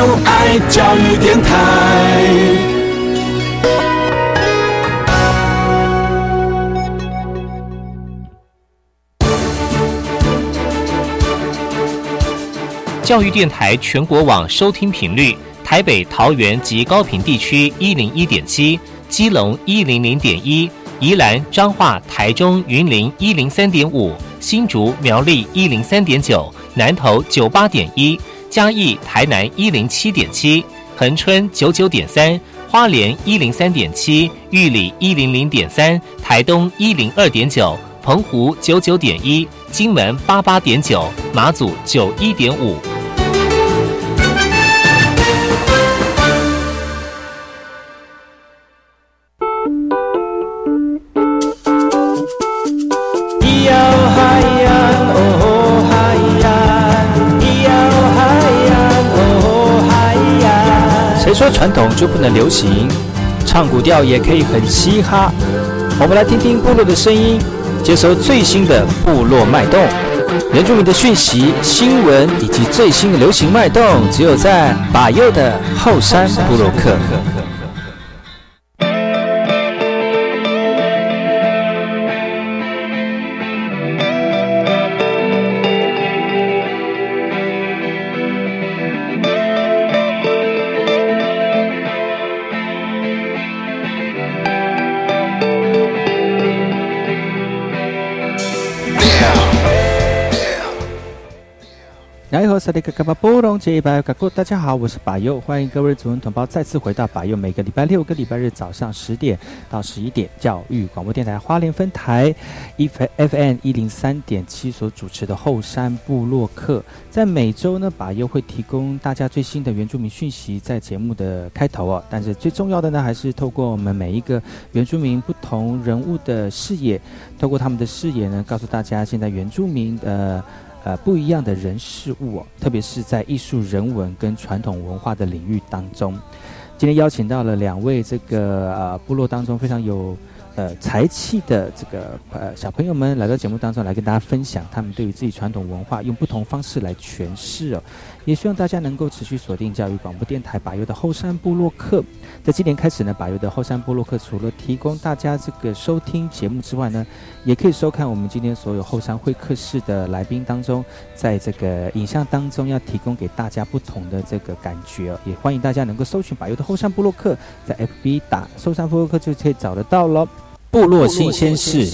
爱教育电台。 教育电台全国网收听频率：台北、桃园及高屏地区101.7，基隆100.1，宜兰、彰化、台中、云林103.5，新竹、苗栗103.9，南投98.1，嘉义、台南107.7，恒春99.3，花莲103.7，玉里100.3，台东102.9，澎湖99.1，金门88.9，马祖91.5。 谁说传统就不能流行？唱古调也可以很嘻哈。我们来听听部落的声音，接收最新的部落脉动、原住民的讯息、新闻以及最新的流行脉动，只有在把右的后山部落客。大家好，我是把右，欢迎各位族人同胞再次回到把右每个礼拜六跟礼拜日早上10点到11点教育广播电台花莲分台 FM 103.7所主持的后山部落客。在每周呢，把右会提供大家最新的原住民讯息在节目的开头哦，但是最重要的呢，还是透过我们每一个原住民不同人物的视野，透过他们的视野呢，告诉大家现在原住民不一样的人事物哦，特别是在艺术、人文跟传统文化的领域当中。今天邀请到了2位这个部落当中非常有才气的这个小朋友们来到节目当中来跟大家分享他们对于自己传统文化用不同方式来诠释哦。也希望大家能够持续锁定教育广播电台把右的后山部落客。在今年开始呢，把右的后山部落客除了提供大家这个收听节目之外呢，也可以收看我们今天所有后山会客室的来宾当中，在这个影像当中要提供给大家不同的这个感觉哦。也欢迎大家能够搜寻把右的后山部落客，在 FB 打后山部落客就可以找得到咯。部落新鲜事。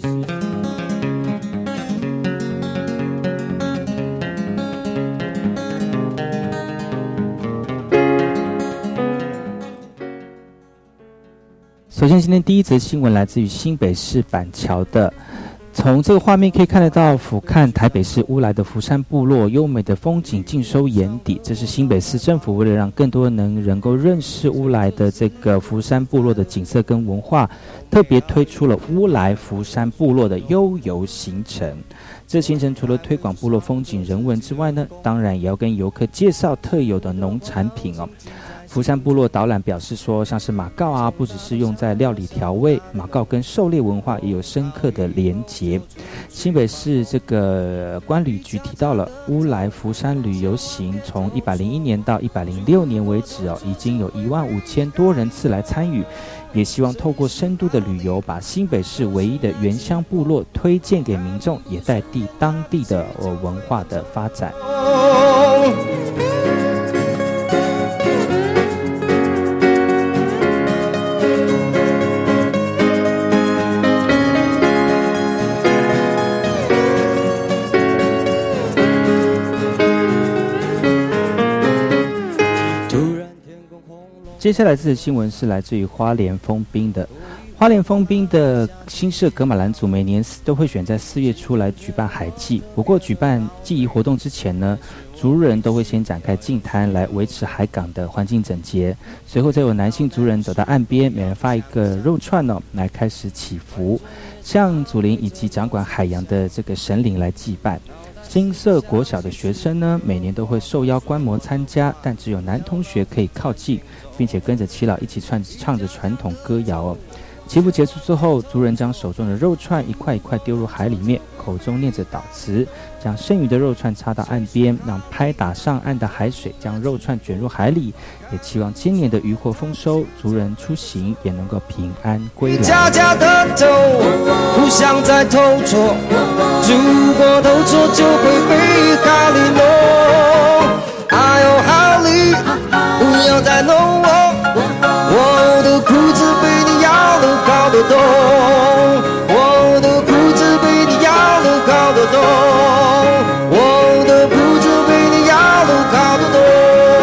首先，今天第一则新闻来自于新北市板桥的。从这个画面可以看得到，俯瞰台北市乌来的福山部落优美的风景尽收眼底。这是新北市政府为了让更多人能够认识乌来的这个福山部落的景色跟文化，特别推出了乌来福山部落的悠游行程。这行程除了推广部落风景人文之外呢，当然也要跟游客介绍特有的农产品哦。福山部落导览表示说，像是马告啊，不只是用在料理调味，马告跟狩猎文化也有深刻的连结。新北市这个观旅局提到了乌来福山旅游行，从101年到106年为止哦，已经有15000多人次来参与，也希望透过深度的旅游，把新北市唯一的原乡部落推荐给民众，也在当地的文化的发展。接下来这则新闻是来自于花莲丰滨的。花莲丰滨的新社噶玛兰族每年都会选在4月初来举办海祭，不过举办祭仪活动之前呢，族人都会先展开净滩来维持海港的环境整洁，随后再有男性族人走到岸边，每人发一个肉串哦，来开始祈福，向祖灵以及掌管海洋的这个神灵来祭拜。新社国小的学生呢，每年都会受邀观摩参加，但只有男同学可以靠近，并且跟着耆老一起唱着传统歌谣哦。 祈福结束之后，族人将手中的肉串一块一块丢入海里面，口中念着祷词，将剩余的肉串插到岸边，让拍打上岸的海水将肉串卷入海里，也期望今年的渔获丰收，族人出行也能够平安归来。 家家的头互相在偷错，如果偷错就会被哈利弄。哎呦哈利，不要再弄我的裤子被你咬了好多洞，我的裤子被你咬了好多洞，我的裤子被你咬了好多洞。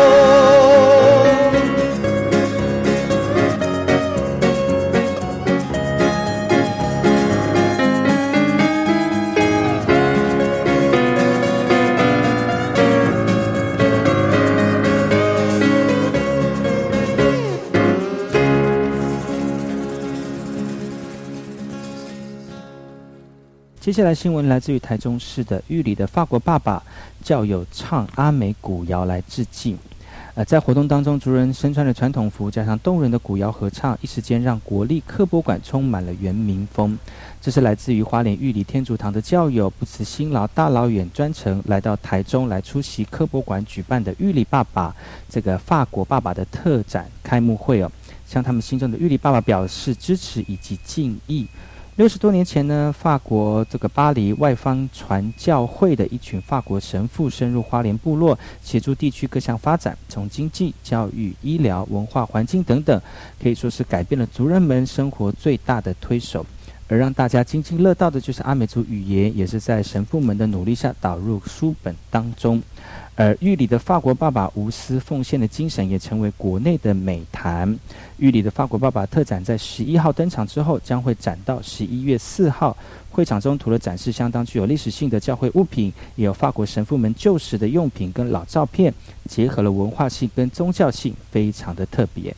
接下来新闻来自于台中市的玉里的法国爸爸教友唱阿美古谣来致敬。在活动当中，族人身穿的传统服加上动人的古谣合唱，一时间让国立科博馆充满了原民风。这是来自于花莲玉里天主堂的教友不辞辛劳大老远专程来到台中来出席科博馆举办的玉里爸爸这个法国爸爸的特展开幕会哦，向他们心中的玉里爸爸表示支持以及敬意。60多年前呢，法国这个巴黎外方传教会的一群法国神父深入花莲部落，协助地区各项发展，从经济、教育、医疗、文化、环境等等，可以说是改变了族人们生活最大的推手。而让大家津津乐道的就是阿美族语言，也是在神父们的努力下导入书本当中。而玉里的法国爸爸无私奉献的精神也成为国内的美谈。玉里的法国爸爸特展在11号登场之后，将会展到11月4号。会场中除了展示相当具有历史性的教会物品，也有法国神父们旧时的用品跟老照片，结合了文化性跟宗教性，非常的特别。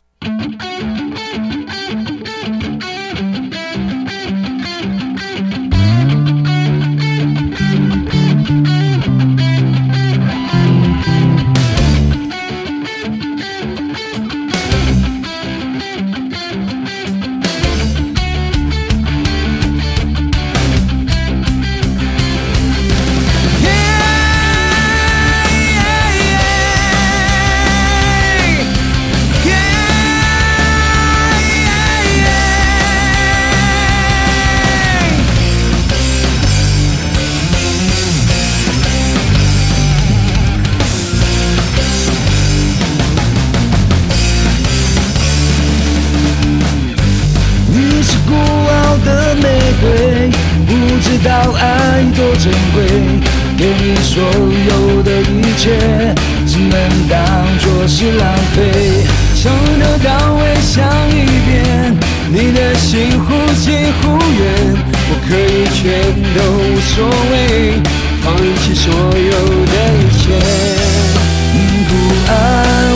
知道爱多珍贵，给你所有的一切，只能当作是浪费。想得到微笑一遍，你的心忽近忽远，我可以全都无所谓，放弃所有的一切。你不爱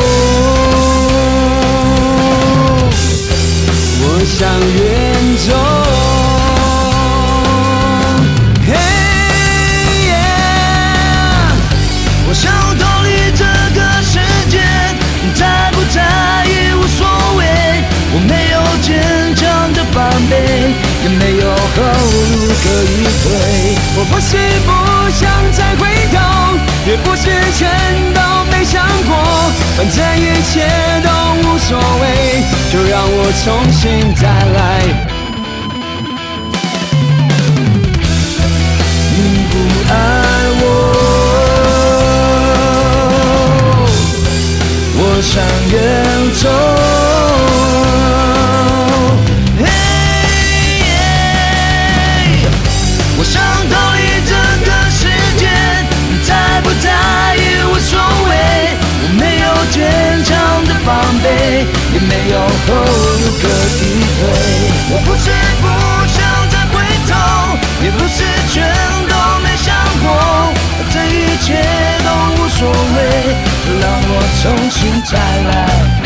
我，我想远走。想逃离这个世界，在不在意无所谓。我没有坚强的防备，也没有后路可以退。我不是不想再回头，也不是全都没想过，反正一切都无所谓，就让我重新再来。你不爱我，我想远走，我想逃离这个世界，在不在意无所谓。我没有坚强的防备，也没有后路可以退。我不是不想再回头，也不是全都没想过，这一切都无所谓，让我重新再来。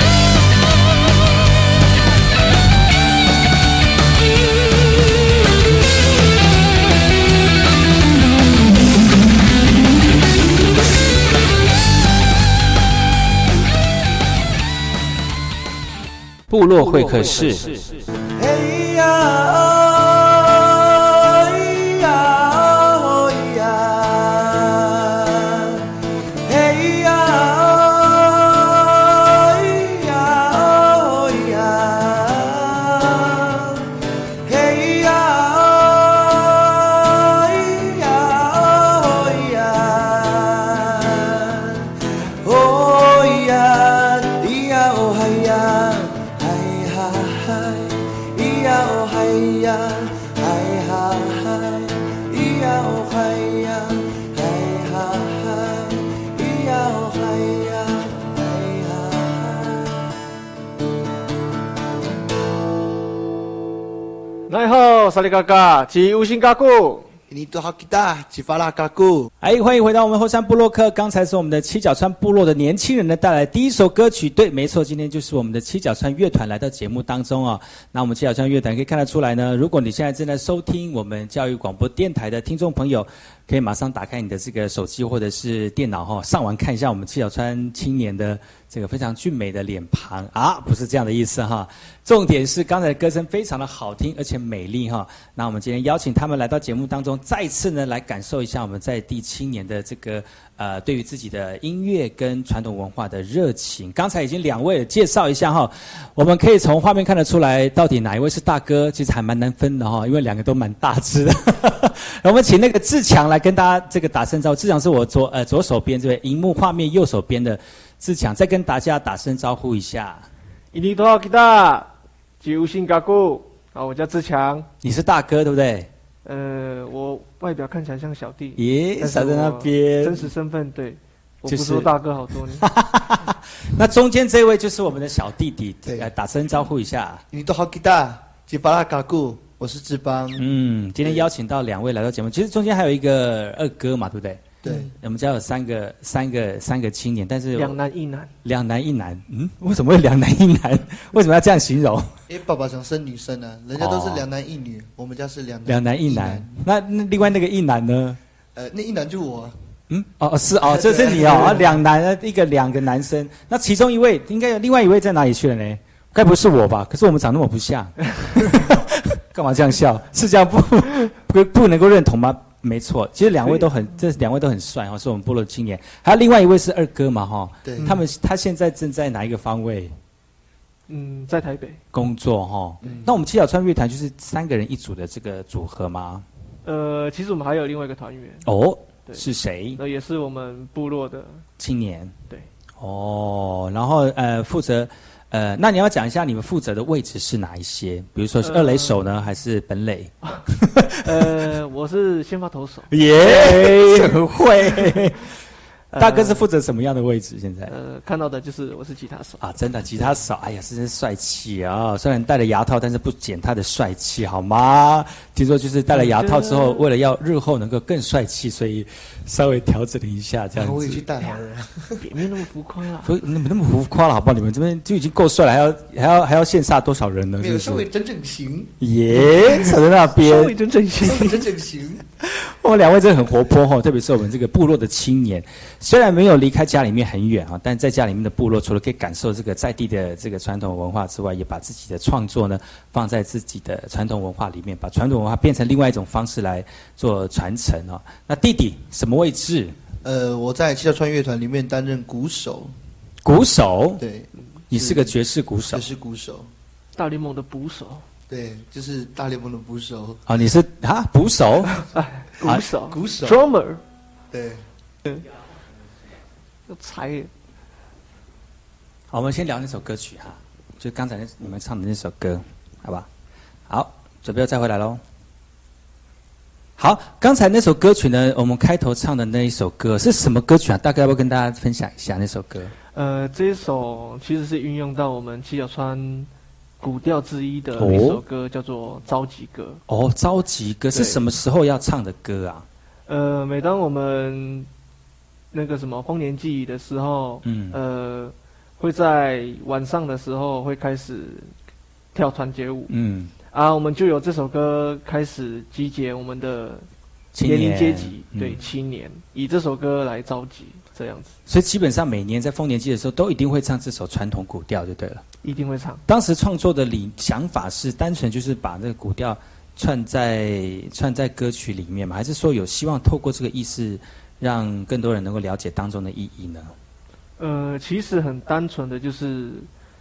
部落会客室。 嘿呀奈好，萨利嘎嘎，吉乌辛嘎古。 你多好吉达，吉法拉嘎古。 欢迎回到我们后山部落客。刚才是我们的七角川部落的年轻人呢带来第一首歌曲。对，没错，今天就是我们的七角川乐团来到节目当中啊。那我们七角川乐团可以看得出来呢，如果你现在正在收听我们教育广播电台的听众朋友，可以马上打开你的这个手机或者是电脑哈，上网看一下我们七角川青年的这个非常俊美的脸庞啊，不是这样的意思哈。重点是刚才的歌声非常的好听而且美丽哈。那我们今天邀请他们来到节目当中，再次呢来感受一下我们在地青年的这个对于自己的音乐跟传统文化的热情。刚才已经两位介绍一下哈，我们可以从画面看得出来，到底哪一位是大哥，其实还蛮难分的哈，因为两个都蛮大只的。我们请那个志强来跟大家这个打声招呼。志强是我左手边这位，荧幕画面右手边的志强，再跟大家打声招呼一下。 伊尼多好吉达，吉乌辛嘎古。好，我叫志强。 你是大哥对不对？ 我外表看起来像小弟。 耶，少在那边。 真实身份对，我不是大哥好多年。 那中间这位就是我们的小弟弟，来打声招呼一下。 你多好吉达，吉法拉嘎古。我是志邦。今天邀请到两位来到节目，其实中间还有一个二哥嘛，对不对？ 对， 我们家有三个青年，但是两男一男。 两男一男，为什么会两男一男？为什么要这样形容？ 因为爸爸想生女生啊，人家都是两男一女，我们家是两男一男。那另外那个一男呢？ 那一男就我啊。是哦，这是你哦，两男两个男生，那其中一位应该有另外一位在哪里去了呢？该不是我吧？可是我们长那么不像。干嘛这样笑？是这样不能够认同吗？没错，其实这两位都很帅哈，是我们部落的青年。还有另外一位是二哥嘛哈， 对， 他现在正在哪一个方位？ 在台北工作哈。那我们七角川乐团就是3个人一组的这个组合吗？ 其实我们还有另外一个团员哦，是谁？ 那也是我们部落的青年。 对， 哦，然后负责。那你要讲一下你们负责的位置是哪一些？比如说是二垒手呢，还是本垒？ 我是先发投手。 耶，很会。大哥是负责什么样的位置？现在看到的就是我是吉他手啊，真的吉他手，哎呀，真是帅气啊！虽然戴了牙套，但是不减他的帅气，好吗？听说就是戴了牙套之后，为了要日后能够更帅气，所以稍微调整了一下这样子。 我也去戴好了， 别没那么浮夸了。 所以那么浮夸了，好不好？你们这边就已经够帅了，还要羡煞多少人呢？ 没有，稍微整形。 耶，扯在那边， 稍微整形。 我们两位真的很活泼哈，特别是我们这个部落的青年，虽然没有离开家里面很远啊，但在家里面的部落，除了可以感受这个在地的这个传统文化之外，也把自己的创作呢放在自己的传统文化里面，把传统文化变成另外一种方式来做传承啊。那弟弟什么位置？ 我在七角川乐团里面担任鼓手。 鼓手？ 对， 你是个爵士鼓手。 爵士鼓手， 大联盟的捕手。 对，就是大联盟的捕手。 啊，你是捕手？ 鼓手 ，drummer。对， 要猜。 好，我们先聊那首歌曲哈，就刚才你们唱的那首歌，好吧？好，准备再回来咯。好，刚才那首歌曲呢，我们开头唱的那一首歌是什么歌曲啊？大概要不要跟大家分享一下那首歌？ 这一首其实是运用到我们七角川古调之一的一首歌，叫做《召集歌》。 哦，召集歌是什么时候要唱的歌啊？ 每当我们那个什么丰年祭的时候，会在晚上的时候会开始跳团结舞。我们就有这首歌开始集结我们的年龄阶级，对，青年，以这首歌来召集这样子。 所以基本上每年在丰年祭的时候，都一定会唱这首传统古调，就对了。 一定会唱。 当时创作的想法是单纯就是把这个古调串在歌曲里面吗？还是说有希望透过这个意思，让更多人能够了解当中的意义呢？ 其实很单纯的就是，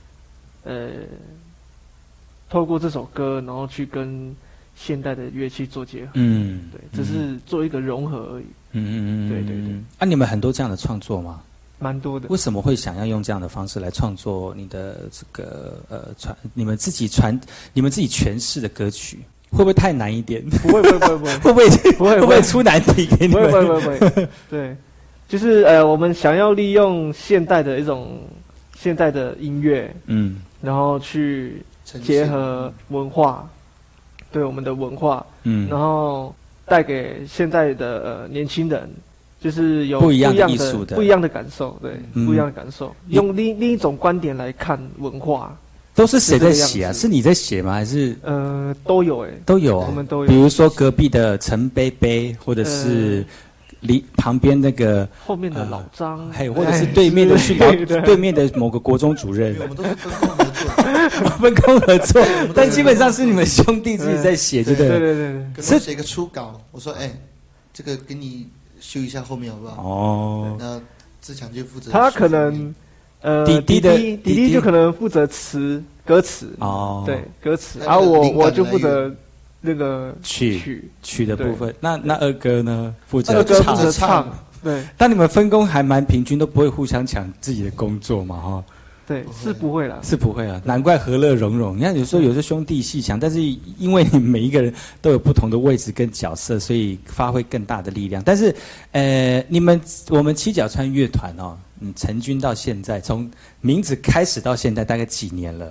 透过这首歌，然后去跟现代的乐器做结合。对，只是做一个融合而已。对对对。 啊，你们很多这样的创作吗？ 蛮多的。 为什么会想要用这样的方式来创作你的这个你们自己诠释的歌曲？会不会太难一点？ 不会， 会不会出难题给你们？ 不会。对，就是我们想要利用现代的音乐，然后去结合文化，对我们的文化，然后带给现在的年轻人。就是有不一样的感受，对，不一样的感受，用另一种观点来看文化。 都是谁在写啊？是你在写吗？还是都有都有， 我们都有。 比如说隔壁的陈贝贝，或者是旁边那个后面的老张， 还有或者是对面的对面的某个国中主任。 我们都是分工合作， 分工合作，但基本上是你们兄弟自己在写，对不对？ 对。 是写一个初稿，我说这个给你修一下后面好不好？ 哦， 那志强就负责。 他可能弟弟就可能负责歌词哦，对歌词，然后我就负责那个曲的部分。那二哥呢？负责唱。对， 但你们分工还蛮平均，都不会互相抢自己的工作嘛，哈。 对，是不会啦， 难怪和乐融融。你看，有时候兄弟阋墙，但是因为你每一个人都有不同的位置跟角色，所以发挥更大的力量。但是，我们七角川乐团哦，成军到现在，从名字开始到现在，大概几年了？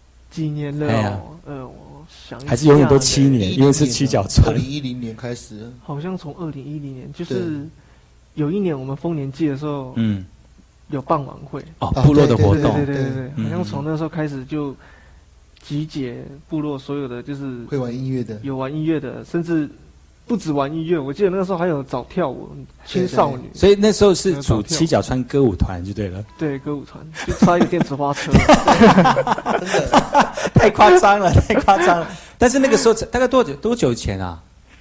我想一下， 还是永远都7年，因为是七角川。 2010年开始， 好像从2010年，就是有一年我们丰年祭的时候，有办晚会部落的活动， 对，好像从那时候开始就集结部落所有的就是会玩音乐的， 有玩音乐的，甚至不止玩音乐，我记得那个时候还有找跳舞青少女， 所以那时候是组七角川歌舞团就对了。 对，歌舞团就差一个电子花车， 真的太夸张了。但是那个时候大概多久前啊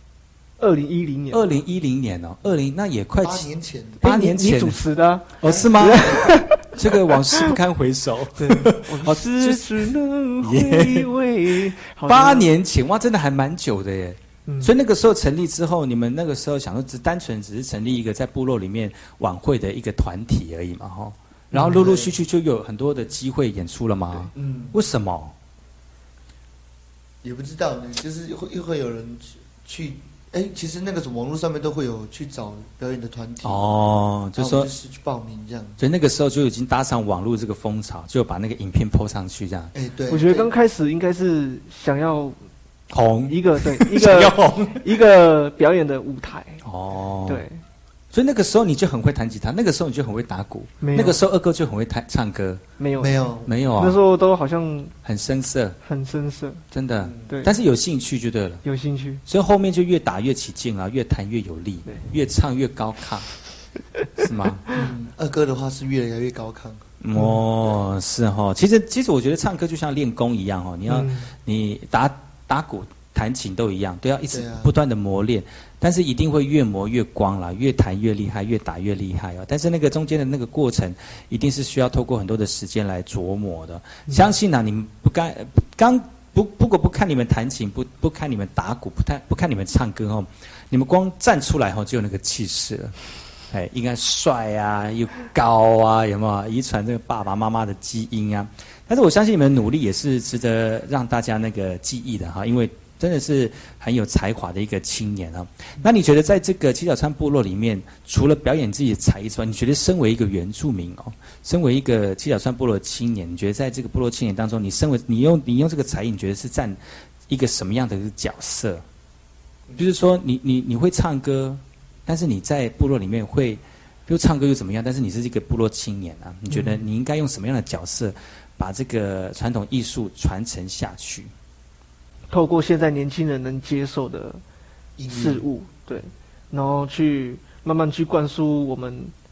？2010 年哦，20那也快 8年前 ，8年前你主持的哦？是吗？这个往事不堪回首， 对，往事只能回味。 8年前哇，真的还蛮久的耶。所以那个时候成立之后，你们那个时候想说单纯只是成立一个在部落里面晚会的一个团体而已嘛，哈。然后陆陆续续就有很多的机会演出了吗？为什么？ 也不知道呢，就是又会有人去。其实那个网络上面都会有去找表演的团体哦，就说就是去报名这样。 所以那个时候就已经搭上网络这个风潮，就把那个影片 po 上去这样。 对。 我觉得刚开始应该是想要红一个表演的舞台哦。 对， 所以那个时候你就很会弹吉他，那个时候你就很会打鼓，那个时候二哥就很会唱歌。 没有啊， 那时候都好像很生涩，真的。 对， 但是有兴趣就对了， 有兴趣， 所以后面就越打越起劲啊，越弹越有力，越唱越高亢，是吗？ 二哥的话是越来越高亢。 哦，是哈。其实我觉得唱歌就像练功一样哦，你打鼓、弹琴都一样，都要一直不断的磨练。但是一定会越磨越光啦，越弹越厉害，越打越厉害哦。但是那个中间的那个过程，一定是需要透过很多的时间来琢磨的。相信啊，你们不过不看你们弹琴，不看你们打鼓，不看你们唱歌哦，你们光站出来就有那个气势了。应该帅啊，又高啊，有没有遗传这个爸爸妈妈的基因啊？但是我相信你们的努力也是值得让大家那个记忆的哈，因为真的是很有才华的一个青年啊。那你觉得在这个七角川部落里面，除了表演自己的才艺之外，你觉得身为一个原住民身为一个七角川部落的青年，你觉得在这个部落青年当中，你用这个才艺，你觉得是占一个什么样的一个角色？就是说你会唱歌，但是你在部落里面会，比如唱歌又怎么样？但是你是一个部落青年啊，你觉得你应该用什么样的角色把这个传统艺术传承下去？ 透过现在年轻人能接受的事物，对，然后去慢慢去灌输我们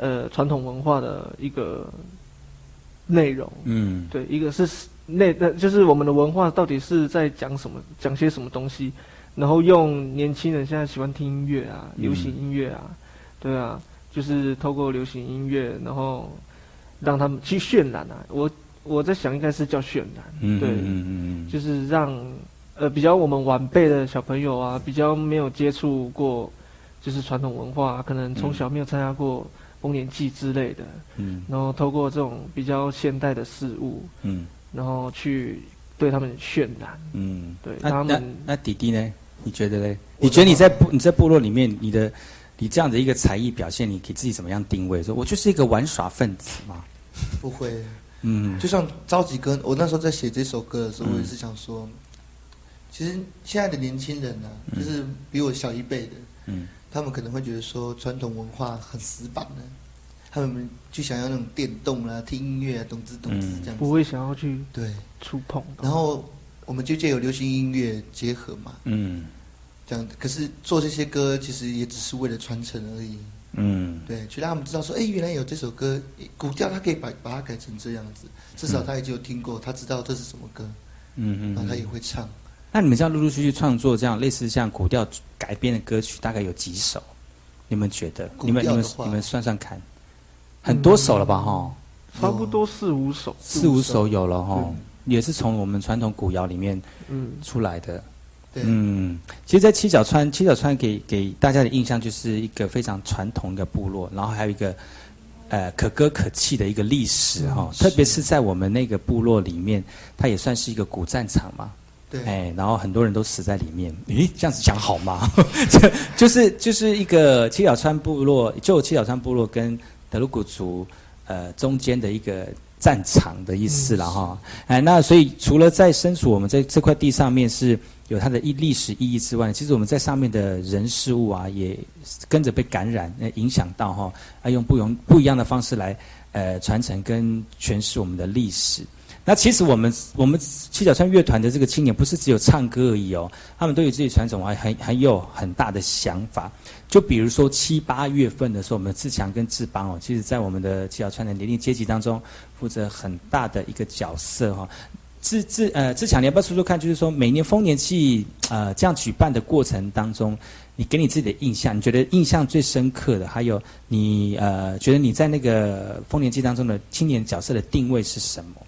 传统文化的一个内容。对，一个是就是我们的文化到底是在讲什么，讲些什么东西，然后用年轻人现在喜欢听音乐啊，流行音乐啊，对啊，就是透过流行音乐，然后让他们去渲染啊。我在想应该是叫渲染，对，就是让比较我们晚辈的小朋友啊，比较没有接触过就是传统文化，可能从小没有参加过丰年祭之类的，然后透过这种比较现代的事物，然后去对他们渲染，对他们。 那弟弟呢？你觉得呢？你觉得你在部落里面，你这样的一个才艺表现，你给自己怎么样定位？说我就是一个玩耍分子吗？ 不会，就像着急歌，我那时候在写这首歌的时候，我也是想说，其实现在的年轻人呢，就是比我小一辈的，他们可能会觉得说传统文化很死板的，他们就想要那种电动啊、听音乐啊、动子这样子， 不会想要去对触碰。 然后我们就借由流行音乐结合嘛，这样。可是做这些歌其实也只是为了传承而已，对，去让他们知道说，原来有这首歌，古调他可以把它改成这样子，至少他已经有听过，他知道这是什么歌，然后他也会唱。 那你们这样陆陆续续创作这样类似像古调改编的歌曲，大概有几首？你们觉得？你们算算看，很多首了吧？哈， 差不多4-5首 ，4-5首有了哈，也是从我们传统古谣里面出来的。其实，在七角川给大家的印象就是一个非常传统的部落，然后还有一个可歌可泣的一个历史哈，特别是在我们那个部落里面，它也算是一个古战场嘛。 对， 然后很多人都死在里面。这样子讲好吗？就是一个七角川部落，就七角川部落跟德鲁古族中间的一个战场的意思了哈。那所以除了在身处我们在这块地上面是有它的历史意义之外，其实我们在上面的人事物啊，也跟着被感染、影响到哈，用不一样的方式来传承跟诠释我们的历史。那其实我们七角川乐团的这个青年不是只有唱歌而已哦，他们对于自己传统还有很大的想法。就比如说7、8月份的时候，我们志强跟志邦其实在我们的七角川的年龄阶级当中负责很大的一个角色哈。志强，你要不要说说看？就是说每年丰年祭这样举办的过程当中，你给你自己的印象，你觉得印象最深刻的，还有你觉得你在那个丰年祭当中的青年角色的定位是什么？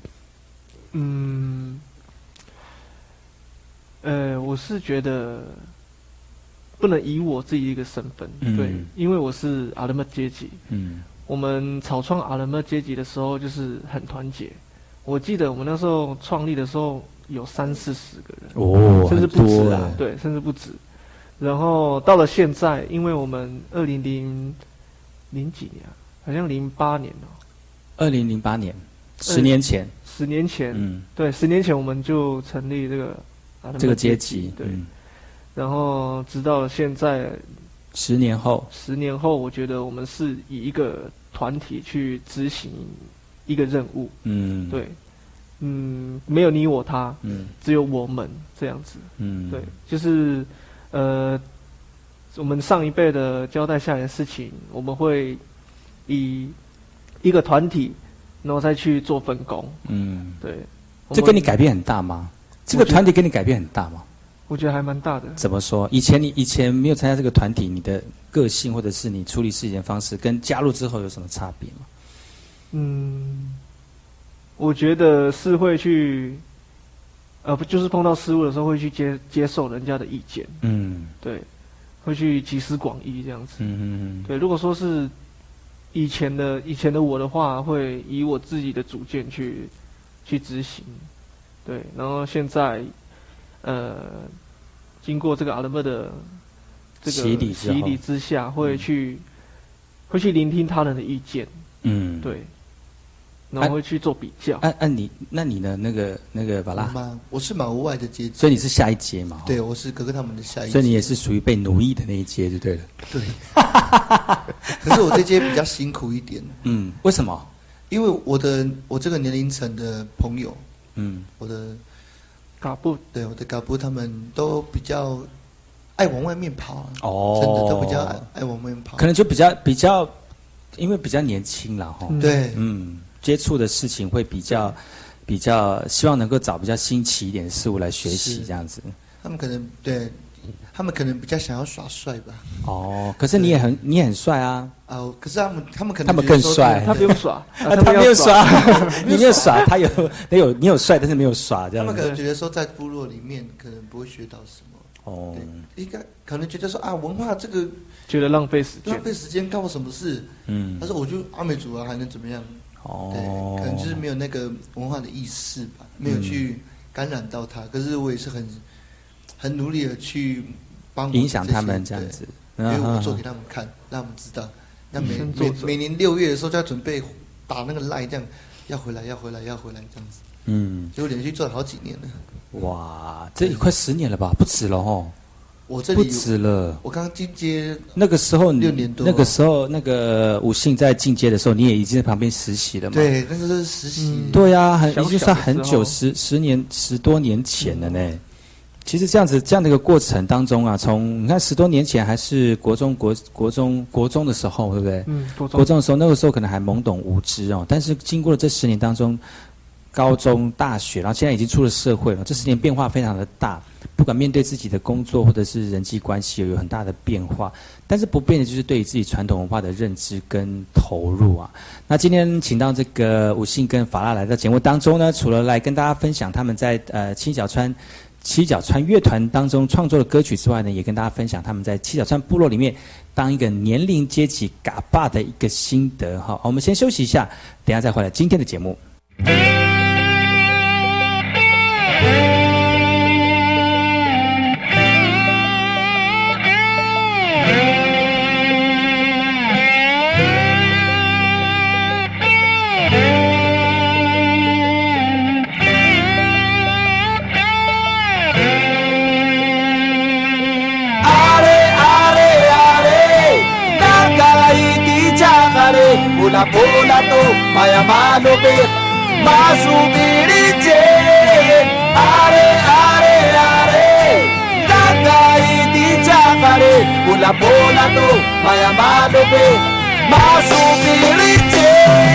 我是觉得不能以我自己一个身份，对，因为我是阿勒莫阶级，我们草创阿勒莫阶级的时候就是很团结。我记得我们那时候创立的时候有30-40个人，甚至不止啊，对，甚至不止。然后到了现在，因为我们2000几年，好像08年 2008年，10年前。 10年前，对，10年前我们就成立这个阶级，对，然后直到现在 ，10年后， 我觉得我们是以一个团体去执行一个任务，对，没有你我他，只有我们这样子，对，就是我们上一辈的交代下来的事情，我们会以一个团体。然后再去做分工，对。 这跟你改变很大吗？这个团体跟你改变很大吗？ 我觉得还蛮大的。 怎么说？以前没有参加这个团体，你的个性或者是你处理事情的方式，跟加入之后有什么差别吗？ 我觉得是会去，就是碰到事物的时候会去接受人家的意见，对，会去集思广益这样子，对。如果说是以前的我的话，会以我自己的主见去执行，对。然后现在，经过这个阿勒莫的这个洗礼之下，会去聆听他人的意见，对。然后会去做比较。 那你呢？那个巴拉？ 我是马屋外的阶级， 所以你是下一阶嘛？ 对，我是哥哥他们的下一阶， 所以你也是属于被奴役的那一阶，就对了。 对。可是我这阶比较辛苦一点。 为什么？ 因为我这个年龄层的朋友，我的嘎布， 对，我的嘎布他们都比较爱往外面跑，真的都比较爱往外面跑， 可能就比较因为比较年轻啦齁， 对， 接触的事情会比较希望能够找比较新奇一点的事物来学习，这样子。 他们可能比较想要耍帅吧。 哦，可是你也很帅啊。 可是他们可能他们更帅， 他不用耍， 他没有耍，你没有耍，你有帅，但是没有耍这样。 他们可能觉得说在部落里面可能不会学到什么。哦，应该可能觉得说文化这个觉得浪费时间，干我什么事？但是我就阿美族还能怎么样？对，可能就是没有那个文化的意识吧，没有去感染到他。可是我也是很努力的去帮影响他们这样子， 因为我做给他们看，让他们知道。那每年6月的时候就要准备打那个赖，这样要回来这样子。结果连续做了好几年了。 哇，这也快10年了吧？不止了齁。 我这里不止了。 我刚进阶那个时候 6年多。 那个时候那个武信在进阶的时候，你也已经在旁边实习了嘛？ 对，那个是实习。 对啊，已经算很久10多年前了呢。其实这样的一个过程当中啊，从你看10多年前还是国中的时候，对不对？国中的时候，那个时候可能还懵懂无知哦。但是经过了这10年当中，高中、大学，然后现在已经出了社会了，这10年变化非常的大。不管面对自己的工作或者是人际关系有很大的变化，但是不变的就是对于自己传统文化的认知跟投入啊。那今天请到这个武信跟法拉来到节目当中呢，除了来跟大家分享他们在七角川乐团当中创作的歌曲之外呢，也跟大家分享他们在七角川部落里面当一个年龄阶级嘎爸的一个心得。好，我们先休息一下，等一下再回来今天的节目。 Bola to maya malo be masubiri je are dagai di chakare bola to maya malo be masubiri je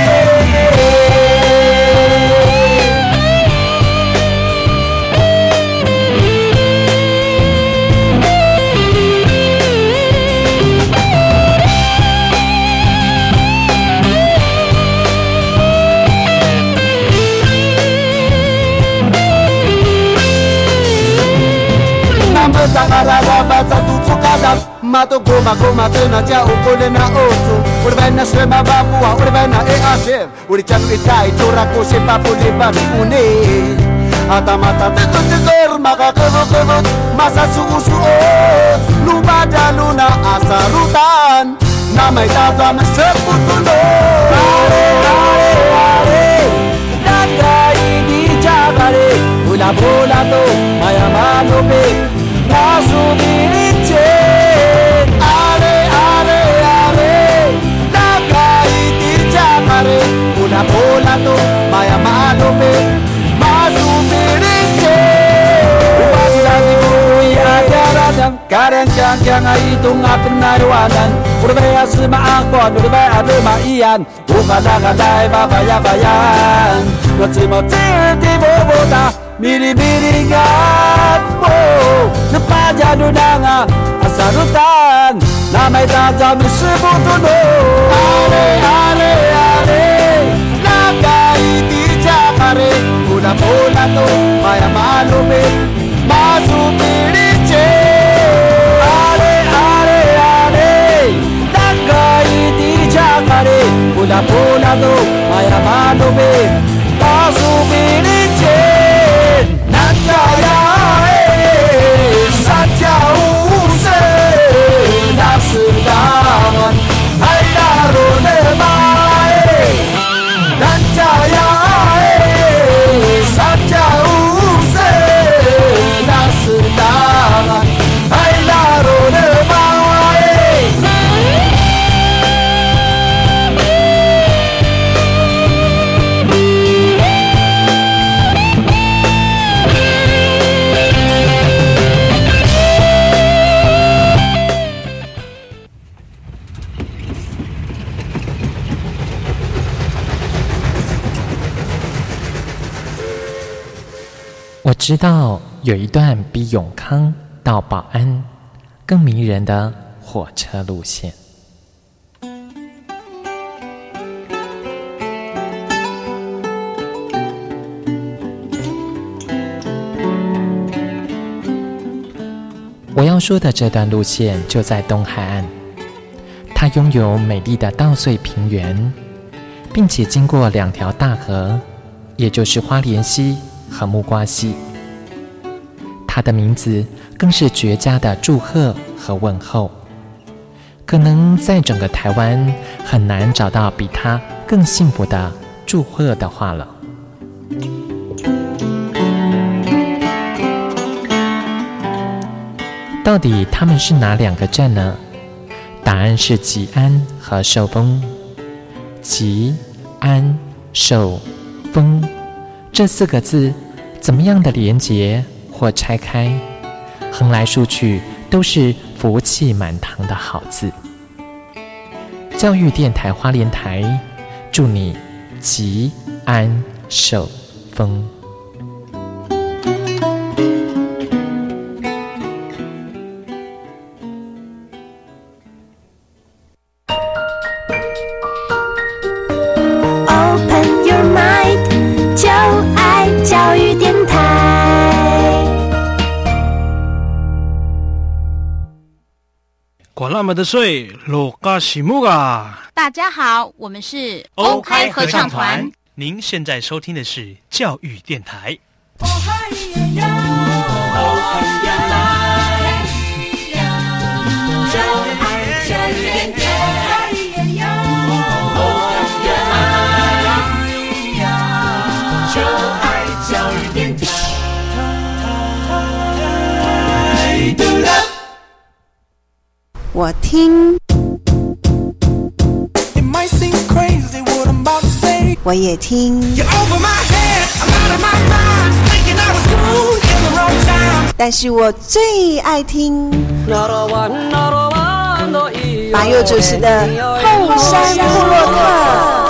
Tangarara satu cukadam mato goma tena ja ukole na otu uri vaina shema vapua uri vaina eashev uri chanu itai torako shepa puli vati une atamata tekor maka kevot masa suusu ot lubada luna asarutan namai tata meseputulo are dagai di jagare ula bola to maya malobe Masubiriche are dagai tirjakare una bola to maya malobe masubiriche ubasani ui ajaradam karen jang aitung apnarwanan urbaya sima angkon urbaya adema ian ukadakadai babayan Notsimo tirti boboda Miri-miringan mo Napajado na nga asarutan Na may dadami sibutuno are Nagaiti jakare Pula-pula to Maya malume Masupiriche are Nagaiti jakare Pula-pula to Maya malume Masupiriche Najaya Satyause Nasidangan Haydarune Mae Najaya Satyause Nasidangan Haydarune Mae 知道有一段比永康到保安更迷人的火车路线。我要说的这段路线就在东海岸，它拥有美丽的稻穗平原，并且经过2条大河，也就是花莲溪和木瓜溪。它的名字更是绝佳的祝贺和问候，可能在整个台湾很难找到比它更幸福的祝贺的话了。到底他们是哪2个镇呢？答案是吉安和寿丰。吉安寿丰这4个字怎么样的连结或拆开，横来竖去都是福气满堂的好字。教育电台花莲台祝你吉安寿丰。 管那么的水，罗嘎西木啊！ 大家好，我们是欧开合唱团。您现在收听的是教育电台。 我听，我也听，但是我最爱听马佑主持的后山部落客。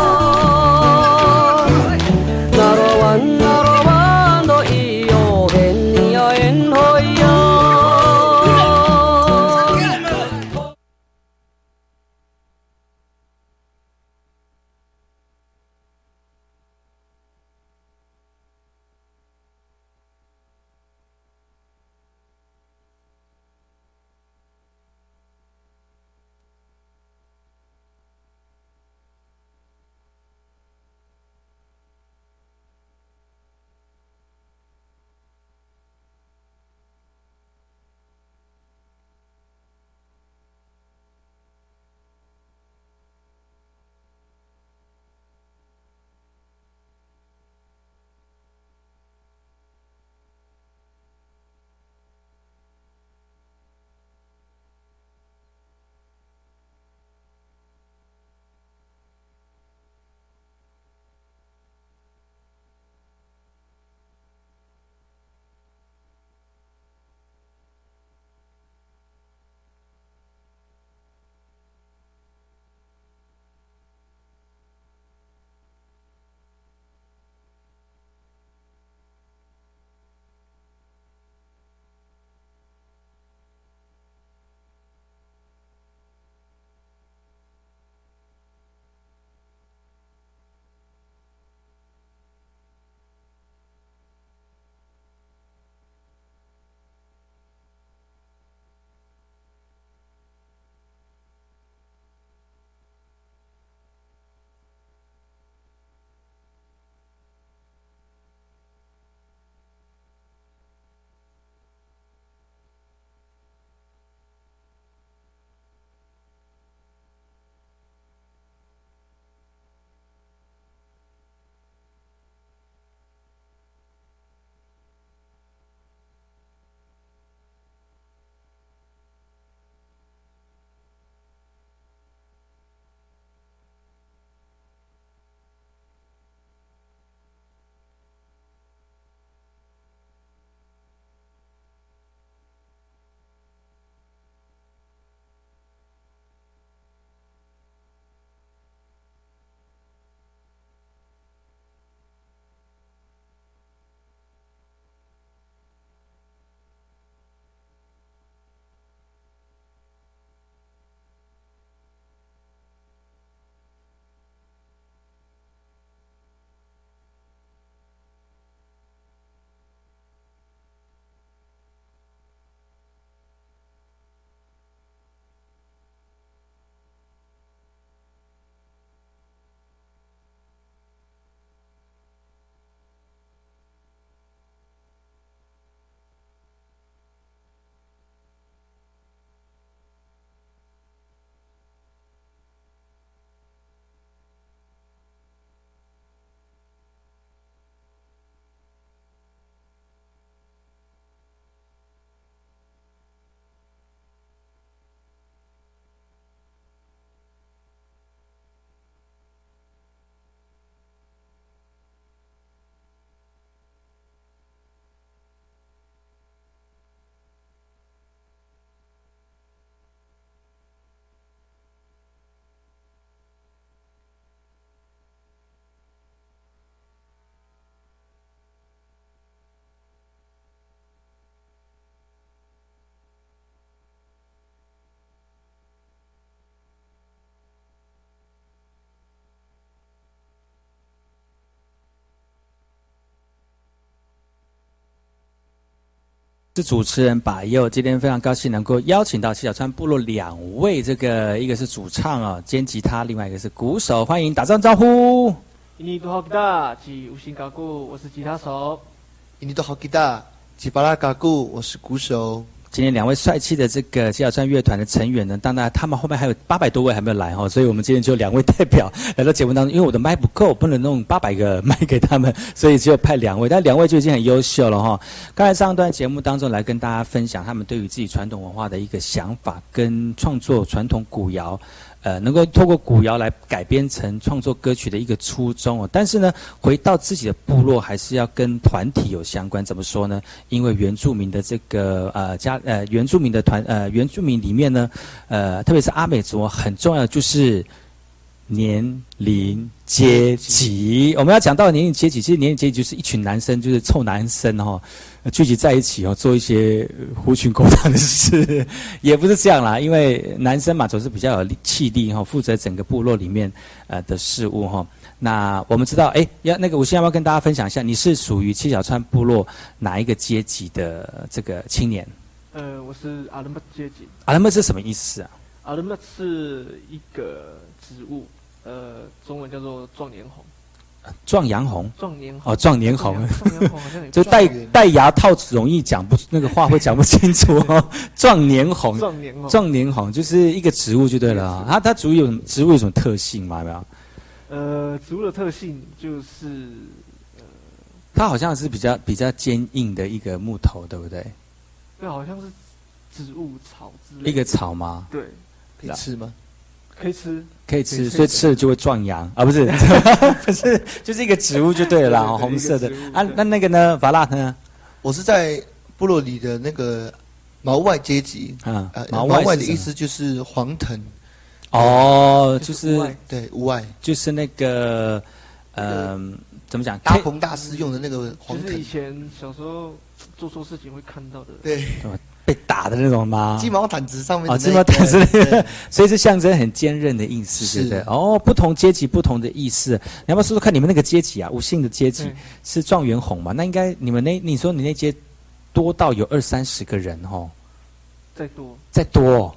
是主持人把佑，今天非常高兴能够邀请到七小川部落2位，这个一个是主唱哦，兼吉他，另外一个是鼓手，欢迎打声招呼。 印尼多好吉他，吉五星嘎固，我是吉他手。 印尼多好吉他，吉巴拉嘎固，我是鼓手。 今天2位帅气的这个七小川乐团的成员呢，当然他们后面还有800多位还没有来哈，所以我们今天就2位代表来到节目当中，因为我的麦不够，不能弄800个麦给他们，所以只有派2位，但2位就已经很优秀了哈。刚才上一段节目当中来跟大家分享他们对于自己传统文化的一个想法，跟创作传统古谣。能够透过古谣来改编成创作歌曲的一个初衷哦，但是呢，回到自己的部落还是要跟团体有相关。怎么说呢？因为原住民的这个原住民的原住民里面呢，特别是阿美族很重要的就是年龄阶级。我们要讲到年龄阶级，其实年龄阶级就是一群男生，就是臭男生哈。聚集在一起哦，做一些狐群狗党的事，也不是这样啦。因为男生嘛，总是比较有气力哈，负责整个部落里面的事务哈。那我们知道，那个吴信要不要跟大家分享一下，你是属于七小川部落哪一个阶级的这个青年？ 我是阿伦巴阶级。 阿伦巴是什么意思啊？ 阿伦巴是一个植物，中文叫做状元红。 壮阳红， 壮年红哦，壮年红， 壮年红好像也就戴牙套容易讲不那个话会讲不清楚哦。壮年红，壮年红就是一个植物就对了啊。它植物有什么特性吗？有没有？ 植物的特性就是它好像是比较坚硬的一个木头，对不对？ 对，好像是植物草之类的。 一个草吗？ 对， 可以吃吗？ 可以吃， 所以吃了就会壮阳啊？不是，不是，就是一个植物就对了啦，红色的啊。那个呢？法拉呢？ 我是在部落里的那个毛外阶级啊，毛外的意思就是黄藤。 哦，就是对屋外， 就是那个怎么讲？ 大鹏大师用的那个黄藤， 就是以前小时候做错事情会看到的。 对。 被打的那种吗？ 鸡毛掸子上面的鸡毛掸子那个，所以是象征很坚韧的意思，对不对？哦，不同阶级不同的意思。你要不要说说看你们那个阶级啊？吴姓的阶级是状元红嘛？那应该你们你说你那阶多到有20-30个人哦？再多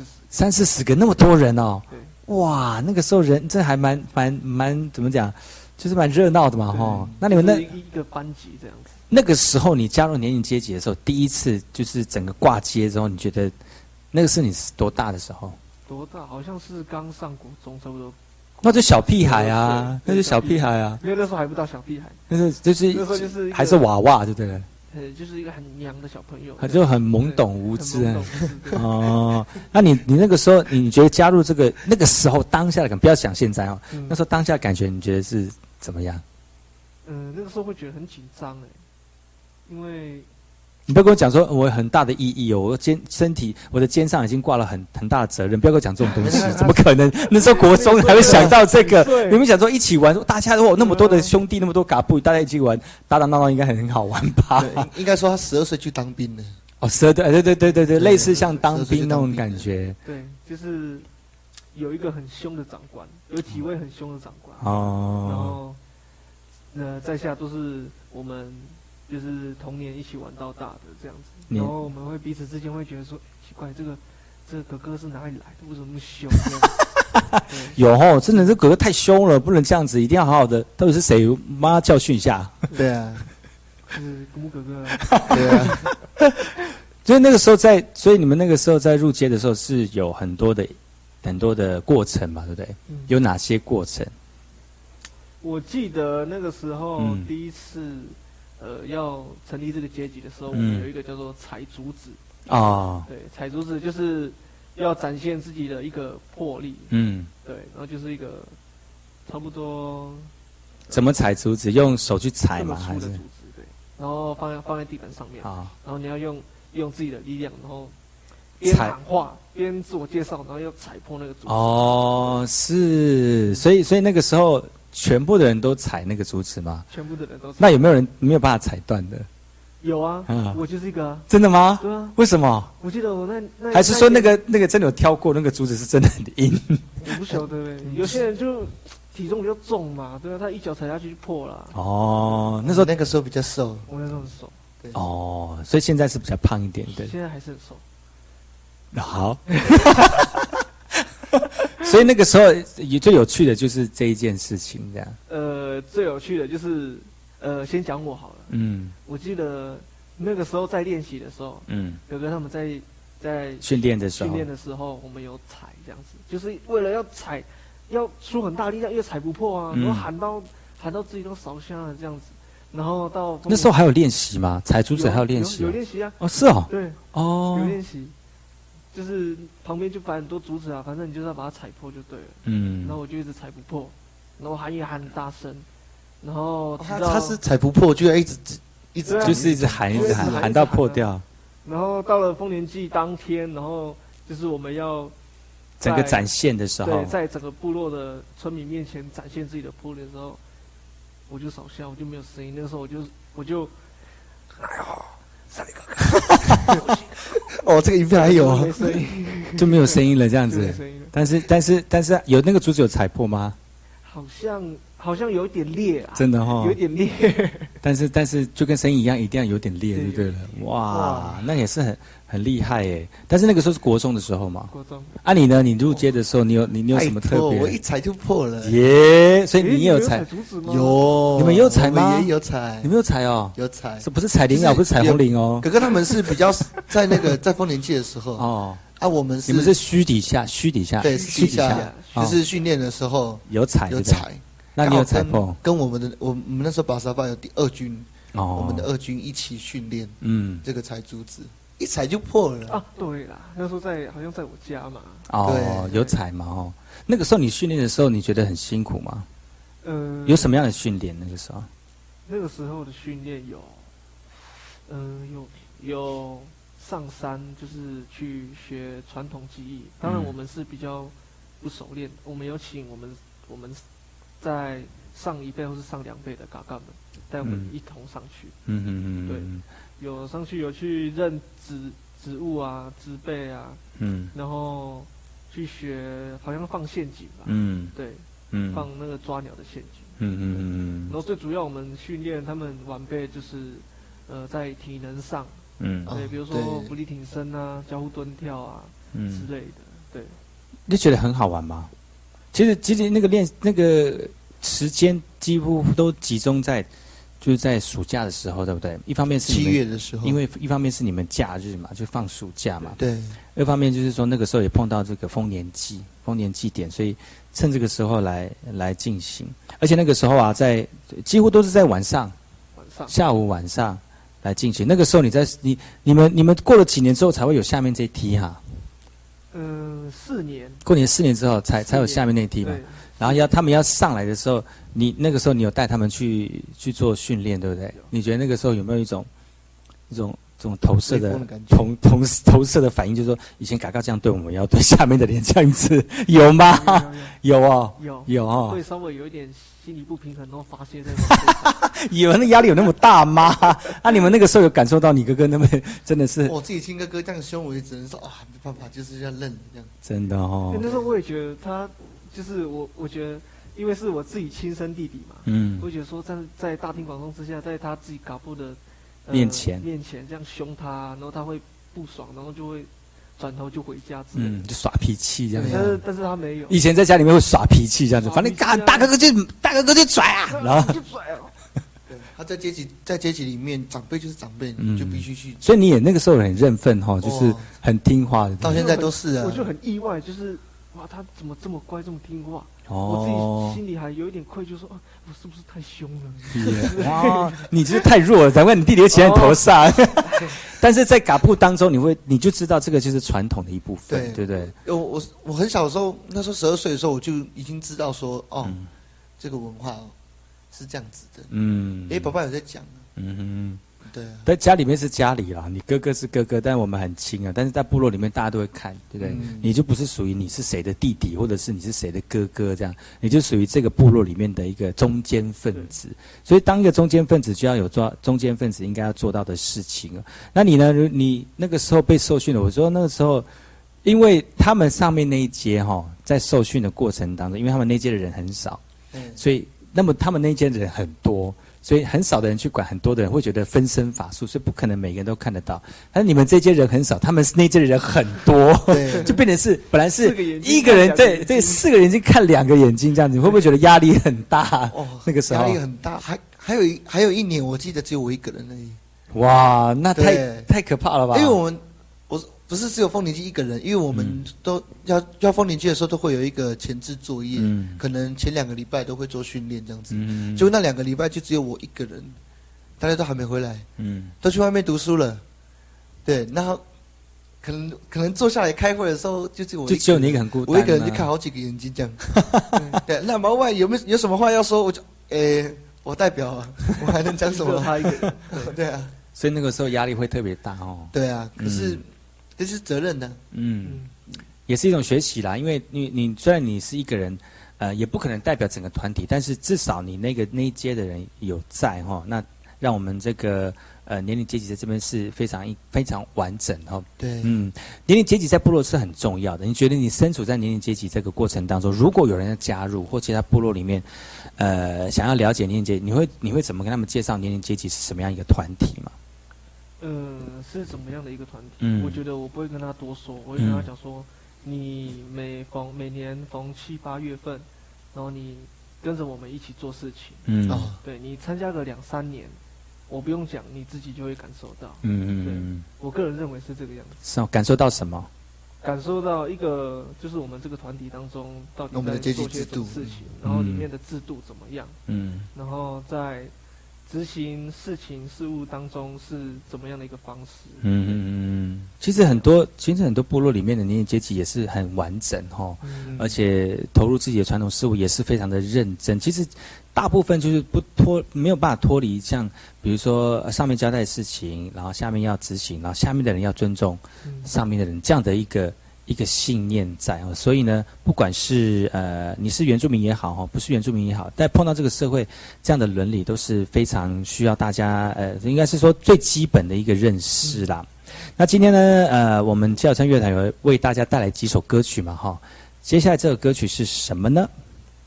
30-40个，那么多人哦？ 对， 哇，那个时候人这还蛮怎么讲？就是蛮热闹的嘛，哈。那你们那一个班级这样子。 那个时候你加入年龄阶级的时候，第一次就是整个挂街之后，你觉得那个是你多大的时候？ 多大？好像是刚上国中，差不多。 那就小屁孩啊，那就小屁孩啊。 因为那时候还不到小屁孩， 那时候就是还是娃娃，对不对？ 就是一个很娘的小朋友， 他就很懵懂无知啊。哦，那你那个时候，你觉得加入那个时候当下的感觉，不要想现在哦，那时候当下感觉，你觉得是怎么样？ 那个时候会觉得很紧张因为你不要跟我讲说我有很大的意义哦，我的肩上已经挂了很大的责任，不要跟我讲这种东西，怎么可能？那时候国中还会想到这个？你们想说一起玩，大家有那么多的兄弟，那么多嘎布，大家一起玩，打打闹闹应该很好玩吧？ 应该说他12岁去当兵了。 哦，12对，类似像当兵那种感觉。 对，就是有一个很凶的长官，有几位很凶的长官。 哦。 然后，在下都是我们。就是童年一起玩到大的这样子，然后我们会彼此之间会觉得说，奇怪，这个哥哥是哪里来的？为什么那么凶？ 有哦，真的这哥哥太凶了，不能这样子，一定要好好的。到底是谁？妈教训一下。 对啊， 是公母哥哥。 对啊， 所以那个时候所以你们那个时候在入街的时候是有很多的过程嘛，对不对？有哪些过程？ 我记得那个时候第一次。要成立这个阶级的时候，我们有一个叫做采竹子啊， 对，采竹子就是要展现自己的一个魄力，对，然后就是一个差不多怎么采竹子？用手去采吗？ 还是竹子？对，然后放在地板上面啊，然后你要用自己的力量，然后边喊话边自我介绍，然后要踩破那个竹子。 哦，是，所以那个时候。全部的人都踩那个竹子吗？ 全部的人都踩。 那有没有人没有办法踩断的？ 有啊，我就是一个啊。 真的吗？ 对啊。 为什么？ 我记得我那还是说那个真的有挑过，那个竹子是真的很硬。 我不晓得有些人就体重比较重嘛，对啊，他一脚踩下去就破了。 哦， 那个时候比较瘦。 我那时候很瘦。 哦，所以现在是比较胖一点的。 现在还是很瘦。 好。所以那个时候也最有趣的就是这一件事情，这样。 最有趣的就是先讲我好了。我记得那个时候在练习的时候，哥哥他们在训练的时候，我们有踩这样子，就是为了要踩，要出很大力量，因为踩不破啊，然后喊到自己都烧香了这样子，然后到那时候还有练习吗？踩竹子还有练习？ 有练习啊。 哦，是哦。 对。 哦。 有练习。就是旁边就摆很多竹子啊，反正你就是要把它踩破就对了。然后我就一直踩不破，然后喊也喊很大声，然后他是踩不破，就要一直就是一直喊喊到破掉。 然后到了丰年祭当天，然后就是我们要整个展现的时候， 对，在整个部落的村民面前展现自己的部落的时候，我就少笑，我就没有声音。那个时候我就，哎呦，萨利哥哥。 哦，这个影片还有就没有声音了，这样子。但是有那个竹子有踩破吗？ 好像有点裂啊。 真的有点裂。 但是就跟声音一样，一定要有点裂，就对了。哇，那也是很厉害耶。但是那个时候是国中的时候嘛。 国中。 啊，你呢？你入街的时候，你有什么特别？ 我一踩就破了。 耶，所以你也有踩竹子吗？ 有。 你们有踩吗？ 我们也有踩。 你们有踩哦？ 有踩。 不是踩铃啊，不是踩红铃哦。 哥哥他们是比较在那个在丰年祭的时候哦。啊，我们是你们是虚底下。 对，虚底下就是训练的时候有踩。那你有踩破？ 跟我们那时候巴沙巴有第2军，我们的2军一起训练，这个踩竹子，一踩就破了啊！对啦，那时候好像在我家嘛。 哦，有踩嘛？哦，那个时候你训练的时候，你觉得很辛苦吗？有什么样的训练？那个时候？ 那个时候的训练有上山，就是去学传统技艺。当然，我们是比较不熟练，我们有请我们在上1辈或是上2辈的嘎嘎们带我们一同上去。对，有上去有去认植物啊、植被啊。然后去学，好像放陷阱吧。对。放那个抓鸟的陷阱。然后最主要我们训练他们晚辈就是在体能上。对，比如说浮力挺身啊、交互蹲跳啊之类的。对。 你觉得很好玩吗？其实那个时间几乎都集中在就是在暑假的时候，对不对？一方面是 7月的时候， 因为一方面是你们假日嘛，就放暑假嘛。 对。 二方面就是说那个时候也碰到这个丰年祭典，所以趁这个时候来进行。而且那个时候啊，几乎都是在晚上下午晚上来进行。那个时候你们过了几年之后才会有下面这一梯哈。 4年。过年4年之后才有下面那一梯嘛。然后他们要上来的时候，那个时候你有带他们去做训练，对不对？你觉得那个时候有没有一种投射的投射的反应？就是说，以前嘎嘎这样对我们，要对下面的人这样子，有吗？有哦，有哦。 会稍微有一点心理不平衡，然后发泄在身上。 有那压力有那么大吗？啊，你们那个时候有感受到你哥哥那么真的是？ 我自己听哥哥这样凶，我也只能说啊，没办法，就是要认这样。 真的哦。 那时候我也觉得他。就是我觉得，因为是我自己亲生弟弟嘛，我觉得说在大庭广众之下，在他自己嘎布的面前这样凶他，然后他会不爽，然后就会转头就回家之类的， 就耍脾气这样子。 但是他没有。 以前在家里面会耍脾气这样子，反正大哥哥就拽啊，然后就拽啊。 对，他在阶级里面，长辈就是长辈，就必须去。 所以你也那个时候很认分哈，就是很听话的。 到现在都是啊。 我就很意外，就是。哇，他怎么这么乖，这么听话？我自己心里还有一点愧疚，说啊，我是不是太凶了？ 哇，你就是太弱了，难怪你弟弟会骑在你头上。但是在嘎布当中，你就知道这个就是传统的一部分，对不对？ 我很小的时候，那时候12岁的时候，我就已经知道说，这个文化是这样子的。爸爸有在讲。对， 在家里面是家里啦，你哥哥是哥哥，但我们很亲啊。但是在部落里面，大家都会看，对不对？你就不是属于你是谁的弟弟，或者是你是谁的哥哥这样，你就属于这个部落里面的一个中间分子。所以当一个中间分子，就要有做中间分子应该要做到的事情。那你呢？你那个时候被受训了，我说那个时候，因为他们上面那一阶在受训的过程当中，因为他们那一阶的人很少，所以那么他们那间人很多，所以很少的人去管，很多的人会觉得分身乏术，所以不可能每个人都看得到。但是你们这间人很少，他们那间的人很多，就变成是本来是一个人对4个眼睛看2个眼睛这样子，你会不会觉得压力很大？哦，那个时候压力很大，还有一年，我记得只有我一个人而已。 哇，那太可怕了吧？ 因为我不是只有丰年祭一个人，因为我们都要丰年祭的时候都会有一个前置作业，可能前2个礼拜都会做训练这样子，就那2个礼拜就只有我一个人，大家都还没回来，都去外面读书了，对，然后可能坐下来开会的时候，就只有你一个很孤单，我一个人就看好几个眼睛这样，对，那毛外有什么话要说，我就我代表啊，我还能讲什么？他一个人，对啊， 所以那个时候压力会特别大哦。 对啊，可是。这是责任的， 也是一种学习啦。因为你虽然你是一个人，也不可能代表整个团体，但是至少你那一阶的人有在哈，那让我们这个年龄阶级在这边是非常完整哈。 对， 年龄阶级在部落是很重要的。你觉得你身处在年龄阶级这个过程当中，如果有人要加入或其他部落里面，想要了解年龄阶级，你会怎么跟他们介绍年龄阶级是什么样一个团体吗？ 是怎么样的一个团体？我觉得我不会跟他多说，我会跟他讲说，你每年逢7、8月份，然后你跟着我们一起做事情，对你参加个2、3年，我不用讲，你自己就会感受到。对，我个人认为是这个样子。 是哦，感受到什么？ 感受到一个就是我们这个团体当中到底在做些什么事情，然后里面的制度怎么样，然后在执行事务当中是怎么样的一个方式？ 其实很多部落里面的年龄阶级也是很完整哈，而且投入自己的传统事务也是非常的认真。其实大部分就是没有办法脱离像比如说上面交代的事情，然后下面要执行，然后下面的人要尊重上面的人，这样的一个信念在。所以呢，不管是你是原住民也好，不是原住民也好，但碰到这个社会这样的伦理都是非常需要大家应该是说最基本的一个认识啦。那今天呢我们基佬山乐团有为大家带来几首歌曲嘛哈，接下来这首歌曲是什么呢？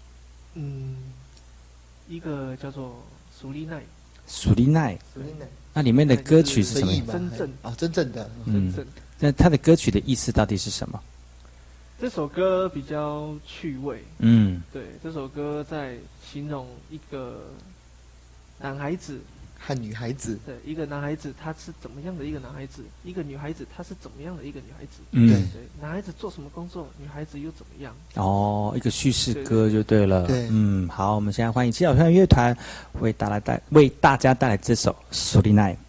一个叫做苏丽奈。 苏丽奈，那里面的歌曲是什么？ 真正的。 那他的歌曲的意思到底是什么？ 这首歌比较趣味。对，这首歌在形容一个男孩子和女孩子。 对，一个男孩子他是怎么样的一个男孩子，一个女孩子她是怎么样的一个女孩子。对，男孩子做什么工作，女孩子又怎么样？哦， 一个叙事歌就对了。 对， 好，我们现在欢迎基佬山乐团为大家带来这首《苏丽奈》。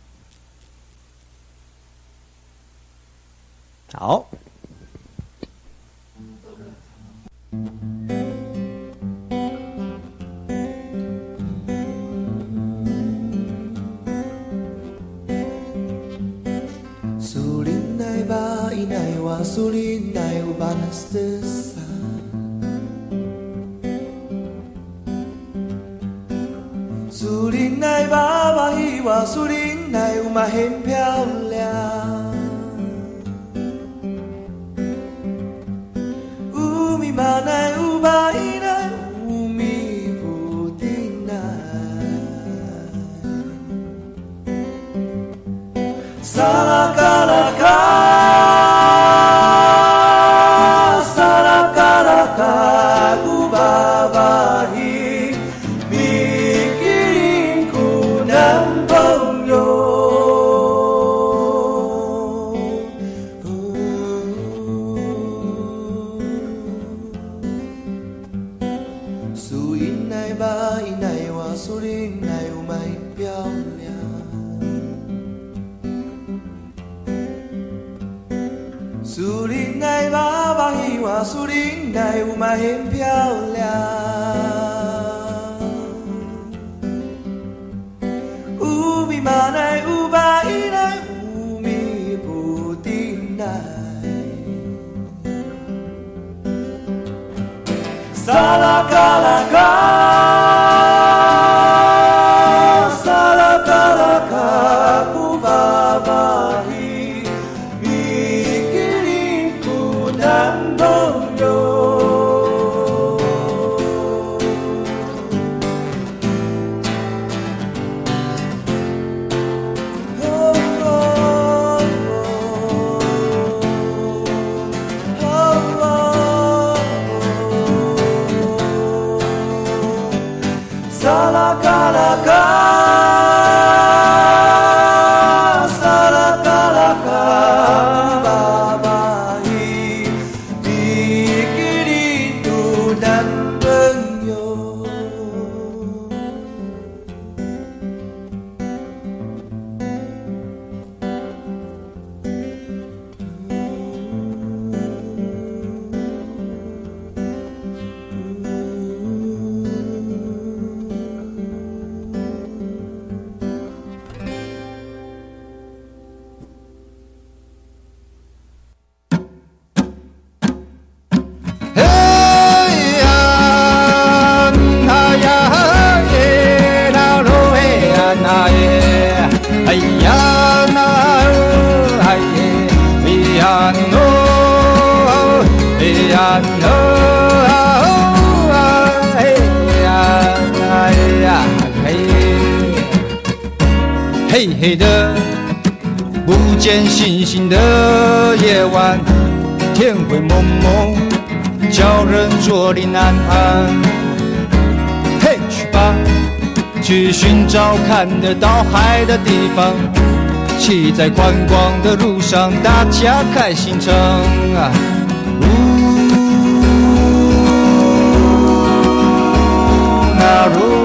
好。 苏林奈巴伊奈瓦苏林奈乌巴纳斯德萨，苏林奈巴巴伊瓦苏林奈乌玛很漂亮。巴奈乌巴伊奈乌米布丁奈，萨拉嘎拉嘎，萨拉嘎拉嘎，乌巴巴伊米吉林古男朋友。苏林奈乌玛很漂亮，乌米玛奈乌巴伊奈乌米布丁奈，萨拉嘎拉嘎，萨拉嘎拉嘎，乌巴巴伊米吉林古南朋友。 黑黑的不见星星的夜晚，天灰蒙蒙，叫人坐立难安。嘿，去吧，去寻找看得到海的地方，骑在观光的路上，大家开心唱啊！那路。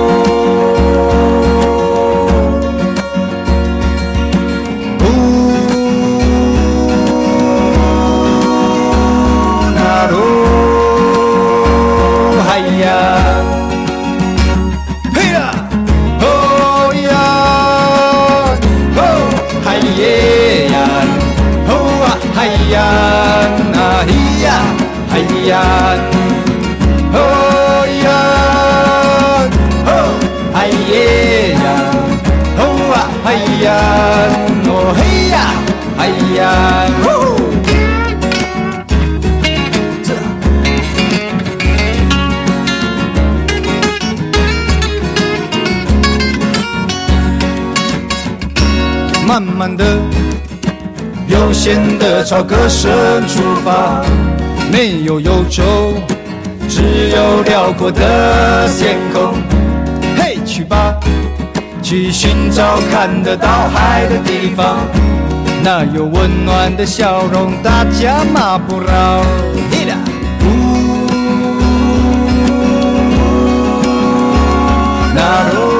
慢慢的，悠闲的朝歌声出发，没有忧愁，只有辽阔的天空。嘿，去吧，去寻找看得到海的地方，那有温暖的笑容，大家马不绕。那路。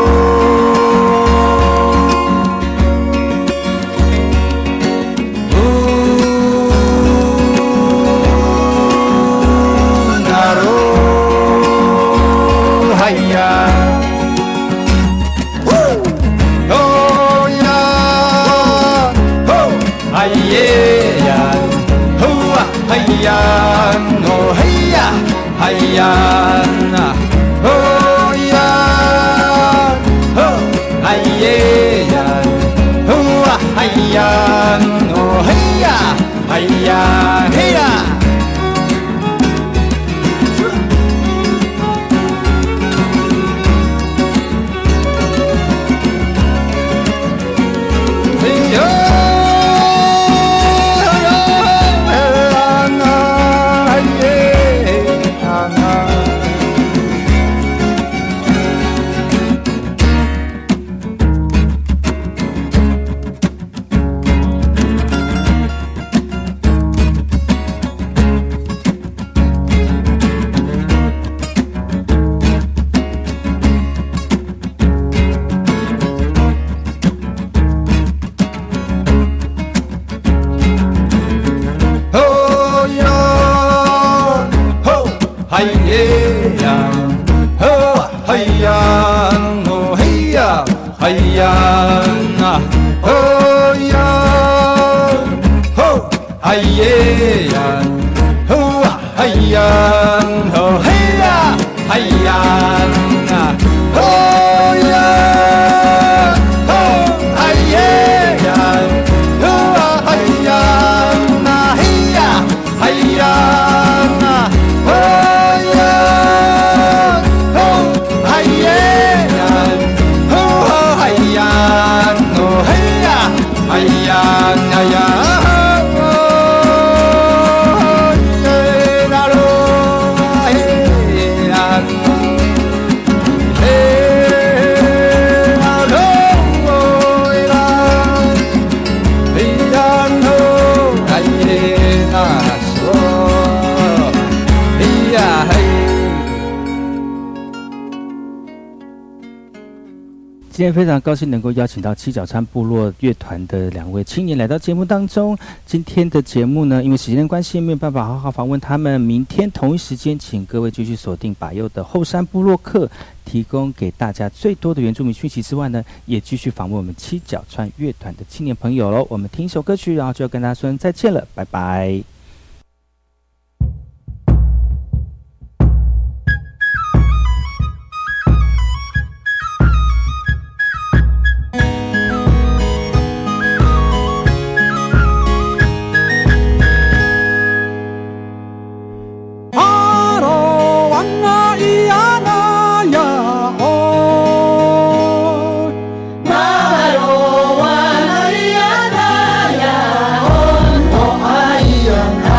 今天非常高兴能够邀请到七角川部落乐团的2位青年来到节目当中。今天的节目呢，因为时间关系没有办法好好访问他们，明天同一时间请各位继续锁定把右的后山部落客，提供给大家最多的原住民讯息之外呢，也继续访问我们七角川乐团的青年朋友喽。我们听一首歌曲，然后就要跟大家说再见了，拜拜。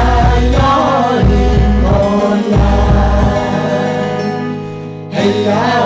Yeah.